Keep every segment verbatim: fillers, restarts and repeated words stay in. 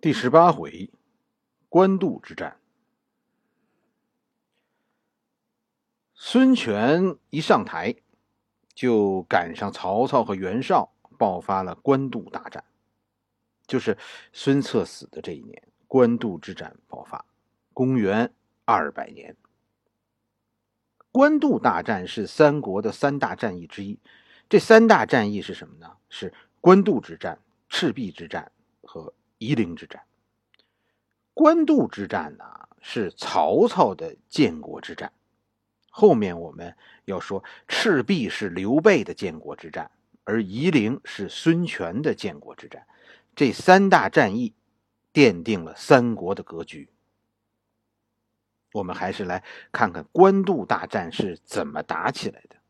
第十八回，官渡之战。孙权一上台，就赶上曹操和袁绍爆发了官渡大战。就是孙策死的这一年，官渡之战爆发，公元二百年。官渡大战是三国的三大战役之一。这三大战役是什么呢？是官渡之战、赤壁之战和夷陵之战。官渡之战呢，是曹操的建国之战。后面我们要说，赤壁是刘备的建国之战，而夷陵是孙权的建国之战。这三大战役奠定了三国的格局。我们还是来看看官渡大战是怎么打起来的。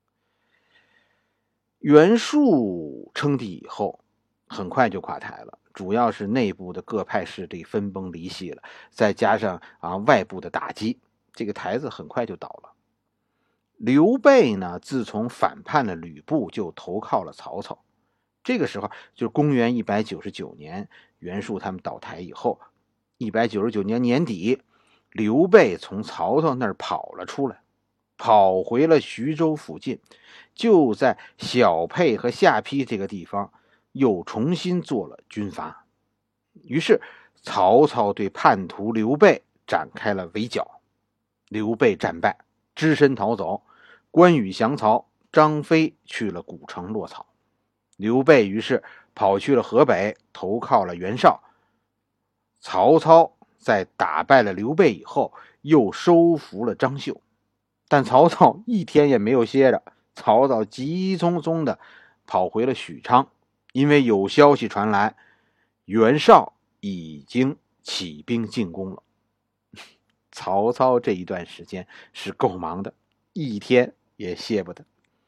袁术称帝以后，很快就垮台了，主要是内部的各派势力分崩离析了，再加上啊外部的打击，这个台子很快就倒了。刘备呢，自从反叛了吕布，就投靠了曹操。这个时候就是公元一百九十九年，袁术他们倒台以后，一百九十九年年底，刘备从曹操那儿跑了出来，跑回了徐州附近，就在小沛和下邳这个地方又重新做了军阀。于是曹操对叛徒刘备展开了围剿，刘备战败，只身逃走，关羽降曹，张飞去了古城落草。刘备于是跑去了河北，投靠了袁绍。曹操在打败了刘备以后，又收服了张绣。但曹操一天也没有歇着，曹操急匆匆的跑回了许昌，因为有消息传来，袁绍已经起兵进攻了。曹操这一段时间是够忙的，一天也歇不得。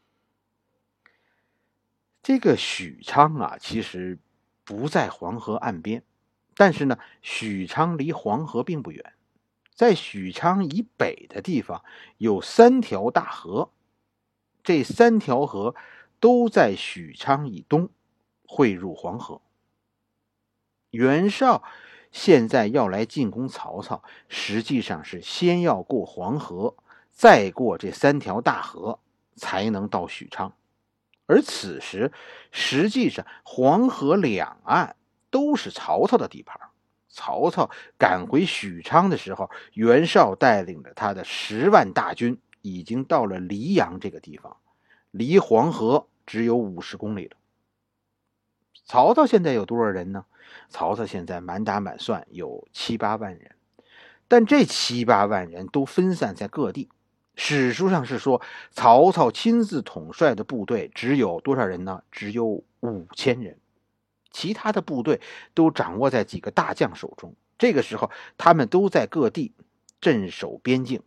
这个许昌啊，其实不在黄河岸边，但是呢，许昌离黄河并不远。在许昌以北的地方有三条大河，这三条河都在许昌以东汇入黄河。袁绍现在要来进攻曹操，实际上是先要过黄河，再过这三条大河，才能到许昌。而此时实际上黄河两岸都是曹操的地盘。曹操赶回许昌的时候，袁绍带领着他的十万大军已经到了黎阳这个地方，离黄河只有五十公里了。曹操现在有多少人呢？曹操现在满打满算有七八万人，但这七八万人都分散在各地。史书上是说，曹操亲自统帅的部队只有多少人呢？只有五千人。其他的部队都掌握在几个大将手中，这个时候他们都在各地镇守边境。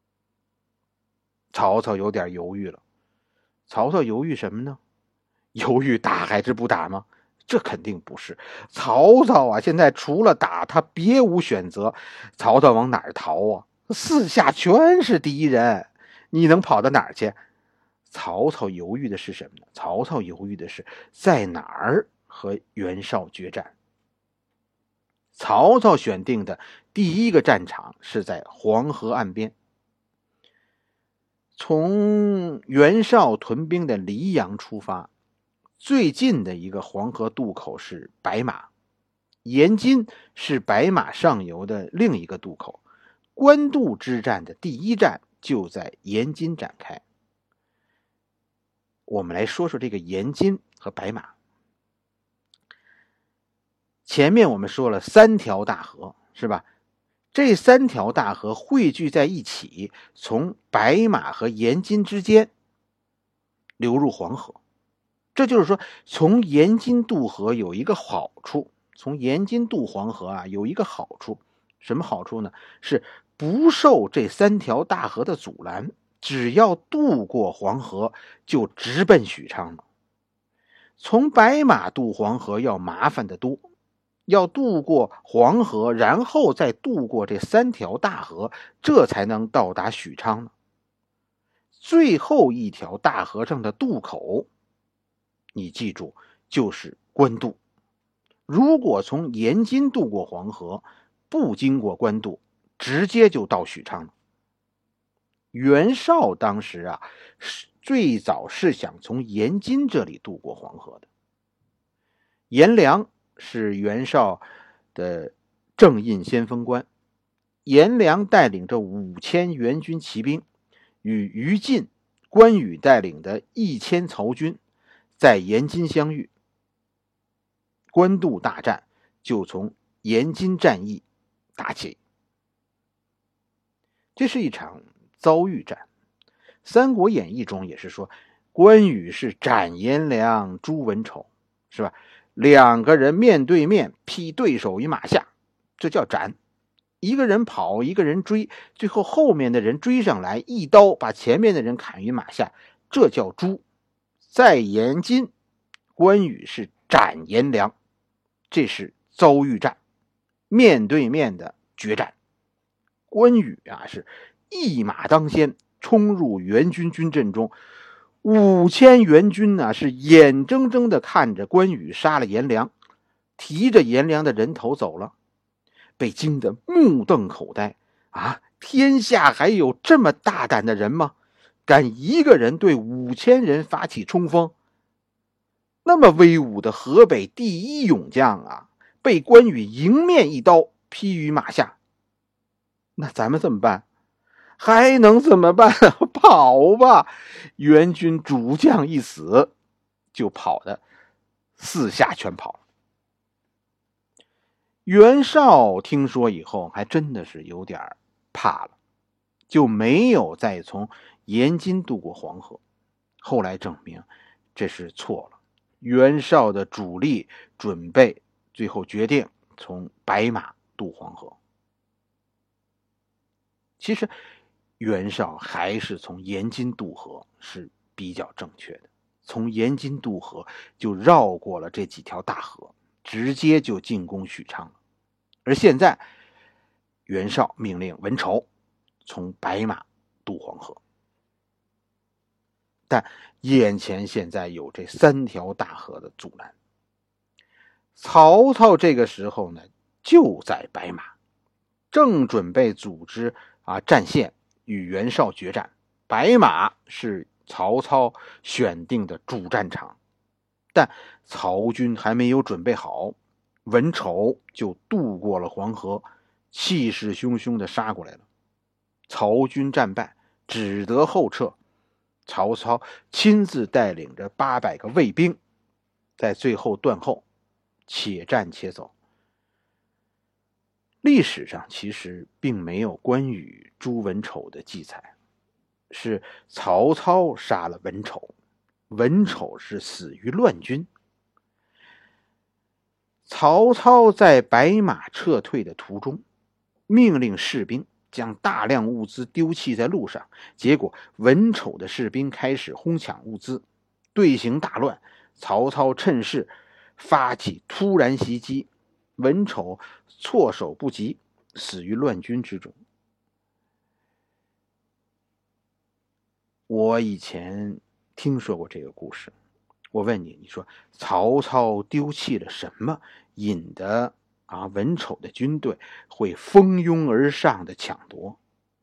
曹操有点犹豫了。曹操犹豫什么呢？犹豫打还是不打吗？这肯定不是。曹操啊，现在除了打他别无选择。曹操往哪儿逃啊？四下全是敌人，你能跑到哪儿去？曹操犹豫的是什么呢？曹操犹豫的是在哪儿和袁绍决战。曹操选定的第一个战场是在黄河岸边。从袁绍屯兵的黎阳出发，最近的一个黄河渡口是白马，延津是白马上游的另一个渡口。官渡之战的第一战就在延津展开。我们来说说这个延津和白马。前面我们说了三条大河，是吧？这三条大河汇聚在一起，从白马和延津之间流入黄河。这就是说，从延津渡河有一个好处，从延津渡黄河啊有一个好处。什么好处呢？是不受这三条大河的阻拦，只要渡过黄河就直奔许昌了。从白马渡黄河要麻烦得多，要渡过黄河，然后再渡过这三条大河，这才能到达许昌呢。最后一条大河上的渡口，你记住，就是官渡。 如果从延津渡过黄河，不经过官渡，直接就到许昌了。袁绍当时啊，最早是想从延津这里渡过黄河的。颜良是袁绍的正印先锋官，颜良带领着五千援军骑兵，与于禁、关羽带领的一千曹军在延津相遇。官渡大战就从延津战役打起。这是一场遭遇战。三国演义中也是说，关羽是斩颜良诛文丑，是吧？两个人面对面劈对手于马下，这叫斩。一个人跑，一个人追，最后后面的人追上来，一刀把前面的人砍于马下，这叫诛。在延津，关羽是斩颜良，这是遭遇战，面对面的决战。关羽啊是一马当先，冲入援军军阵中，五千援军啊是眼睁睁地看着关羽杀了颜良，提着颜良的人头走了，被惊得目瞪口呆啊！天下还有这么大胆的人吗？敢一个人对五千人发起冲锋？那么威武的河北第一勇将啊，被关羽迎面一刀劈于马下，那咱们怎么办？还能怎么办？跑吧！援军主将一死，就跑的四下全跑。袁绍听说以后还真的是有点怕了，就没有再从延津渡过黄河。后来证明这是错了，袁绍的主力准备最后决定从白马渡黄河。其实袁绍还是从延津渡河是比较正确的，从延津渡河就绕过了这几条大河，直接就进攻许昌了。而现在袁绍命令文丑从白马渡黄河，但眼前现在有这三条大河的阻拦。曹操这个时候呢就在白马，正准备组织啊战线与袁绍决战。白马是曹操选定的主战场，但曹军还没有准备好，文丑就渡过了黄河，气势汹汹地杀过来了。曹军战败，只得后撤。曹操亲自带领着八百个卫兵，在最后断后，且战且走。历史上其实并没有关羽诛文丑的记载，是曹操杀了文丑，文丑是死于乱军。曹操在白马撤退的途中，命令士兵将大量物资丢弃在路上，结果文丑的士兵开始哄抢物资，队形大乱。曹操趁势发起突然袭击，文丑措手不及，死于乱军之中。我以前听说过这个故事，我问你，你说曹操丢弃了什么，引得啊文丑的军队会蜂拥而上的抢夺？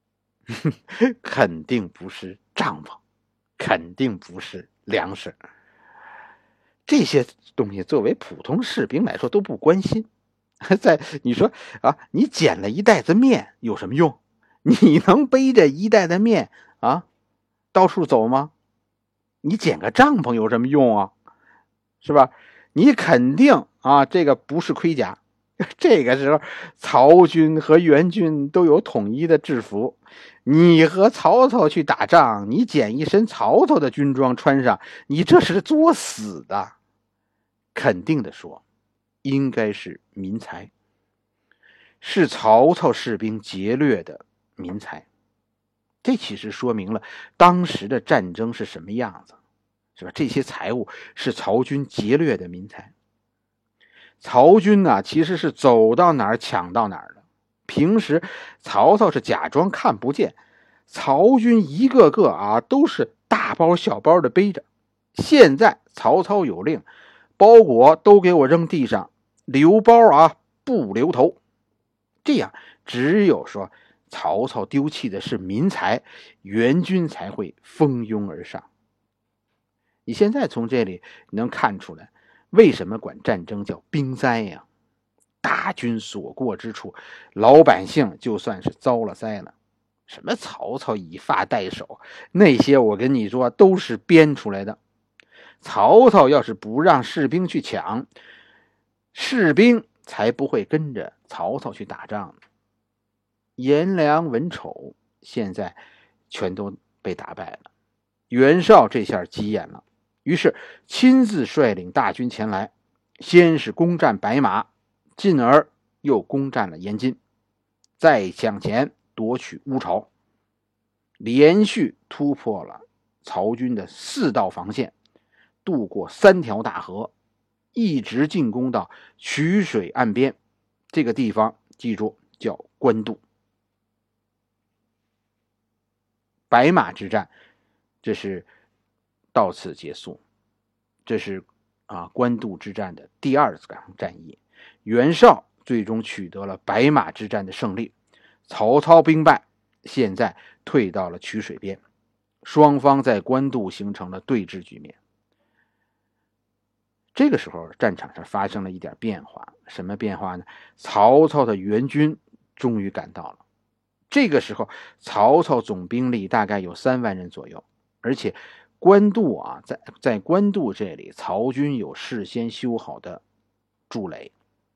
肯定不是帐篷，肯定不是粮食，这些东西作为普通士兵来说都不关心。在你说啊，你捡了一袋子面有什么用？你能背着一袋的面啊到处走吗？你捡个帐篷有什么用啊？是吧？你肯定啊，这个不是盔甲。这个时候曹军和袁军都有统一的制服，你和曹操去打仗，你捡一身曹操的军装穿上，你这是作死的。肯定的说，应该是民财，是曹操士兵劫掠的民财。这其实说明了当时的战争是什么样子，是吧？这些财物是曹军劫掠的民财。曹军呢，其实是走到哪儿抢到哪儿的。平时曹操是假装看不见，曹军一个个啊都是大包小包的背着。现在曹操有令，包裹都给我扔地上， 留包啊，不留头。这样只有说曹操丢弃的是民财，援军才会蜂拥而上。你现在从这里能看出来，为什么管战争叫兵灾呀？大军所过之处，老百姓就算是遭了灾了。什么曹操以发代首，那些我跟你说都是编出来的。曹操要是不让士兵去抢，士兵才不会跟着曹操去打仗。颜良、文丑现在全都被打败了，袁绍这下急眼了，于是亲自率领大军前来，先是攻占白马，进而又攻占了延津，再向前夺取乌巢，连续突破了曹军的四道防线，渡过三条大河，一直进攻到曲水岸边。这个地方记住叫官渡。白马之战这是到此结束，这是啊官渡之战的第二场战役。袁绍最终取得了白马之战的胜利，曹操兵败，现在退到了曲水边，双方在官渡形成了对峙局面。这个时候战场上发生了一点变化，什么变化呢？曹操的援军终于赶到了。这个时候曹操总兵力大概有三万人左右，而且官渡啊，在在官渡这里，曹军有事先修好的筑垒。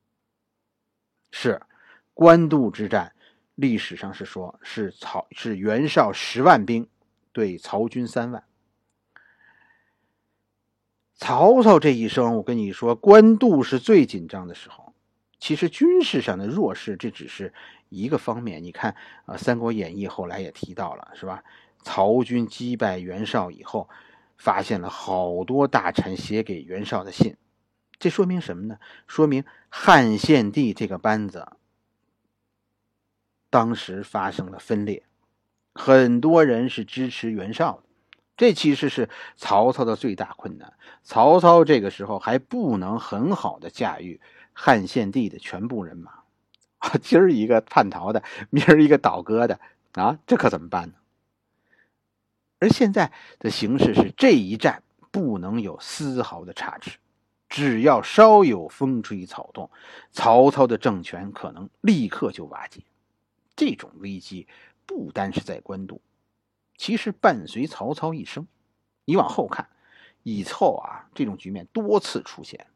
是官渡之战，历史上是说是曹是袁绍十万兵对曹军三万。曹操这一生，我跟你说，官渡是最紧张的时候。其实军事上的弱势，这只是一个方面。你看啊，《三国演义》后来也提到了，是吧？曹军击败袁绍以后，发现了好多大臣写给袁绍的信，这说明什么呢？说明汉献帝这个班子当时发生了分裂，很多人是支持袁绍的。这其实是曹操的最大困难。曹操这个时候还不能很好的驾驭汉献帝的全部人马，今儿一个叛逃的，明儿一个倒戈的啊，这可怎么办呢？而现在的形势是，这一战不能有丝毫的差池，只要稍有风吹草动，曹操的政权可能立刻就瓦解。这种危机不单是在官渡，其实伴随曹操一生。你往后看，以后啊，这种局面多次出现。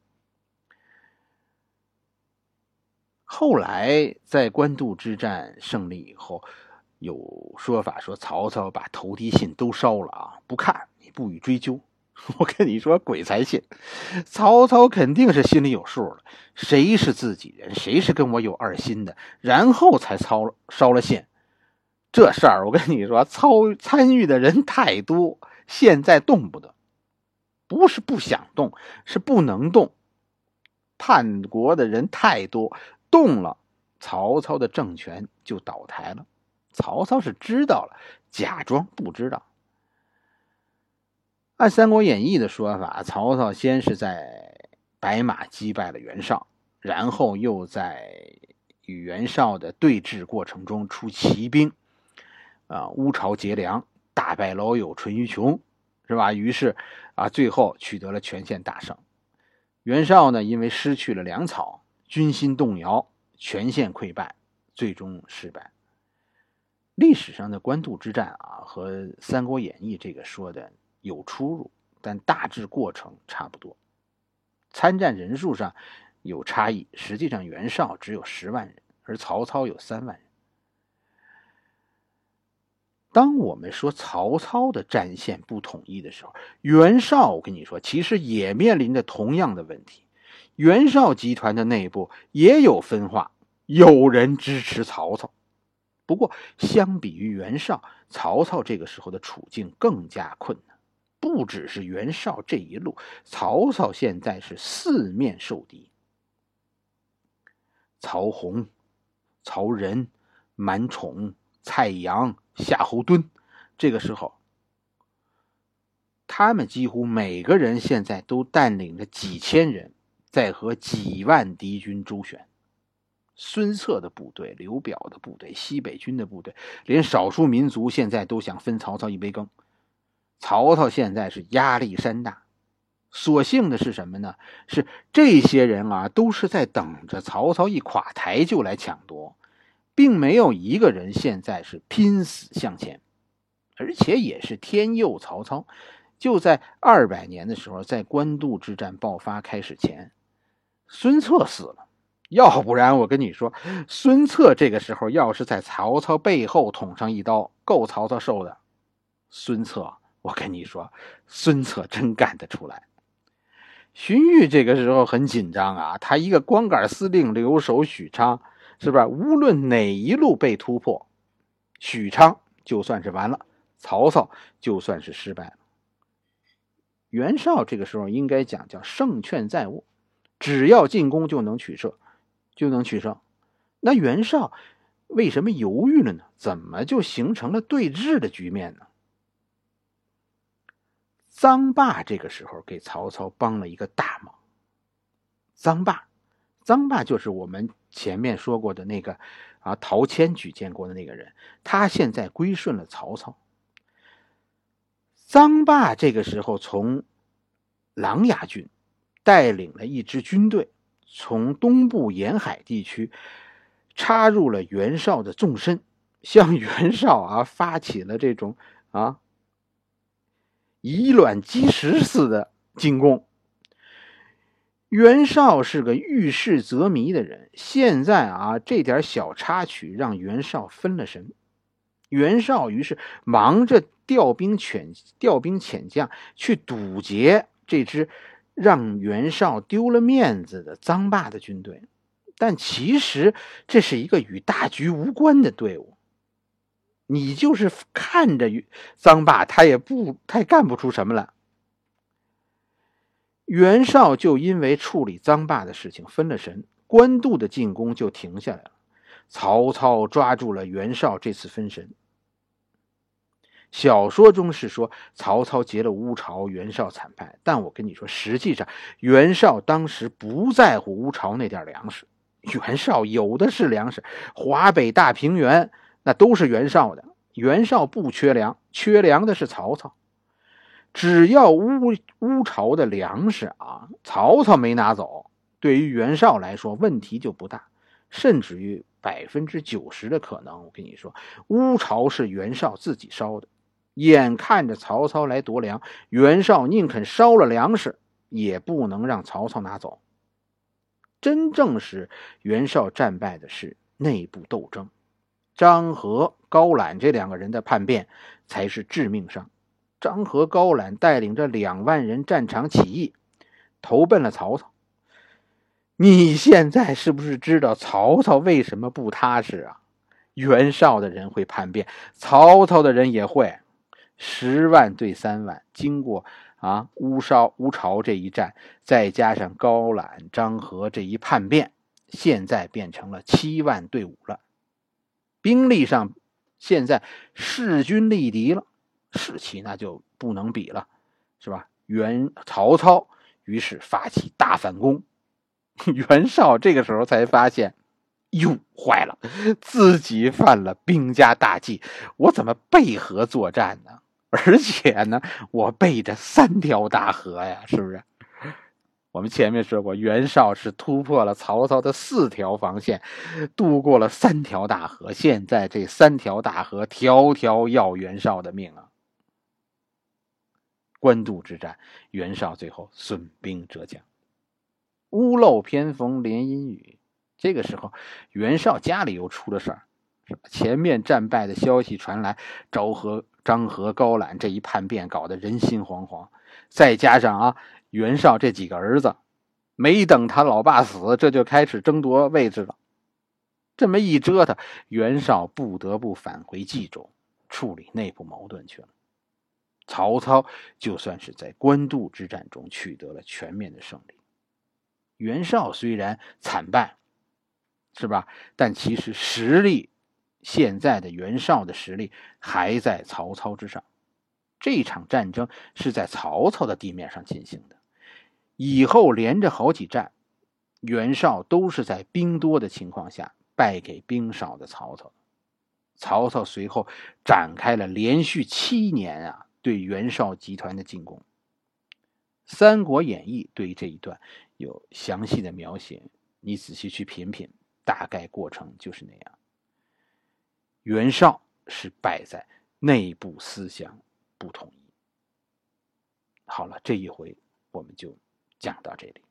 后来在官渡之战胜利以后，有说法说曹操把投递信都烧了啊，不看你不予追究。我跟你说，鬼才信！曹操肯定是心里有数了，谁是自己人，谁是跟我有二心的，然后才烧烧了信。这事儿我跟你说，操参与的人太多，现在动不得，不是不想动，是不能动。叛国的人太多，动了，曹操的政权就倒台了。曹操是知道了，假装不知道。按《三国演义》的说法，曹操先是在白马击败了袁绍，然后又在与袁绍的对峙过程中出奇兵，啊，乌巢劫粮，大败老友淳于琼，是吧？于是啊，最后取得了全线大胜。袁绍呢，因为失去了粮草，军心动摇，全线溃败，最终失败。历史上的官渡之战啊，和《三国演义》这个说的有出入，但大致过程差不多。参战人数上有差异，实际上袁绍只有十万人，而曹操有三万人。当我们说曹操的战线不统一的时候，袁绍我跟你说其实也面临着同样的问题。袁绍集团的内部也有分化，有人支持曹操。不过相比于袁绍，曹操这个时候的处境更加困难。不只是袁绍这一路，曹操现在是四面受敌。曹洪、曹仁、满宠、蔡阳、夏侯惇，这个时候他们几乎每个人现在都带领着几千人， 在和几万敌军周旋。孙策的部队、刘表的部队、西北军的部队，连少数民族现在都想分曹操一杯羹。曹操现在是压力山大，所幸的是什么呢？是这些人啊，都是在等着曹操一垮台就来抢夺，并没有一个人现在是拼死向前。而且也是天佑曹操，就在二百年的时候，在官渡之战爆发开始前，孙策死了。要不然我跟你说，孙策这个时候要是在曹操背后捅上一刀，够曹操受的。孙策，我跟你说，孙策真干得出来。荀彧这个时候很紧张啊，他一个光杆司令留守许昌，是吧？无论哪一路被突破，许昌就算是完了，曹操就算是失败了。袁绍这个时候应该讲叫胜券在握，只要进攻就能取胜，就能取胜。那袁绍为什么犹豫了呢？怎么就形成了对峙的局面呢？臧霸这个时候给曹操帮了一个大忙。臧霸，臧霸就是我们前面说过的那个啊，陶谦举荐过的那个人，他现在归顺了曹操。臧霸这个时候从琅琊郡带领了一支军队，从东部沿海地区插入了袁绍的纵深，向袁绍啊发起了这种啊以卵击石似的进攻。袁绍是个遇事则迷的人，现在啊这点小插曲让袁绍分了神。袁绍于是忙着调兵遣调兵遣将去堵截这支让袁绍丢了面子的臧霸的军队，但其实这是一个与大局无关的队伍。你就是看着臧霸，他也不他也干不出什么来。袁绍就因为处理臧霸的事情分了神，官渡的进攻就停下来了。曹操抓住了袁绍这次分神。小说中是说曹操劫了乌巢，袁绍惨败，但我跟你说，实际上袁绍当时不在乎乌巢那点粮食，袁绍有的是粮食，华北大平原那都是袁绍的，袁绍不缺粮，缺粮的是曹操。只要乌乌巢的粮食啊，曹操没拿走，对于袁绍来说问题就不大，甚至于百分之九十的可能，我跟你说，乌巢是袁绍自己烧的。眼看着曹操来夺粮，袁绍宁肯烧了粮食，也不能让曹操拿走。真正是袁绍战败的是内部斗争，张合、高览这两个人的叛变才是致命伤。张合、高览带领着两万人战场起义，投奔了曹操。你现在是不是知道曹操为什么不踏实啊？袁绍的人会叛变，曹操的人也会。十万对三万，经过啊乌烧乌巢这一战，再加上高览、张合这一叛变，现在变成了七万对五了。兵力上现在势均力敌了，士气那就不能比了，是吧？袁曹操于是发起大反攻。袁绍这个时候才发现，哟，坏了，自己犯了兵家大忌，我怎么背河作战呢？而且呢，我背着三条大河呀，是不是？我们前面说过，袁绍是突破了曹操的四条防线，渡过了三条大河，现在这三条大河条条要袁绍的命啊。官渡之战，袁绍最后损兵折将，屋漏偏逢连阴雨。这个时候袁绍家里又出了事儿，前面战败的消息传来，昭和张合、高览这一叛变搞得人心惶惶，再加上啊袁绍这几个儿子没等他老爸死，这就开始争夺位置了。这么一折腾，袁绍不得不返回冀州处理内部矛盾去了。曹操就算是在官渡之战中取得了全面的胜利。袁绍虽然惨败，是吧？但其实实力，现在的袁绍的实力还在曹操之上。这场战争是在曹操的地面上进行的，以后连着好几战， 袁绍都是在兵多的情况下败给兵少的曹操。曹操随后展开了连续七年啊对袁绍集团的进攻。《三国演义》对于这一段有详细的描写，你仔细去品品，大概过程就是那样。袁绍是败在内部思想不统一。好了，这一回我们就讲到这里。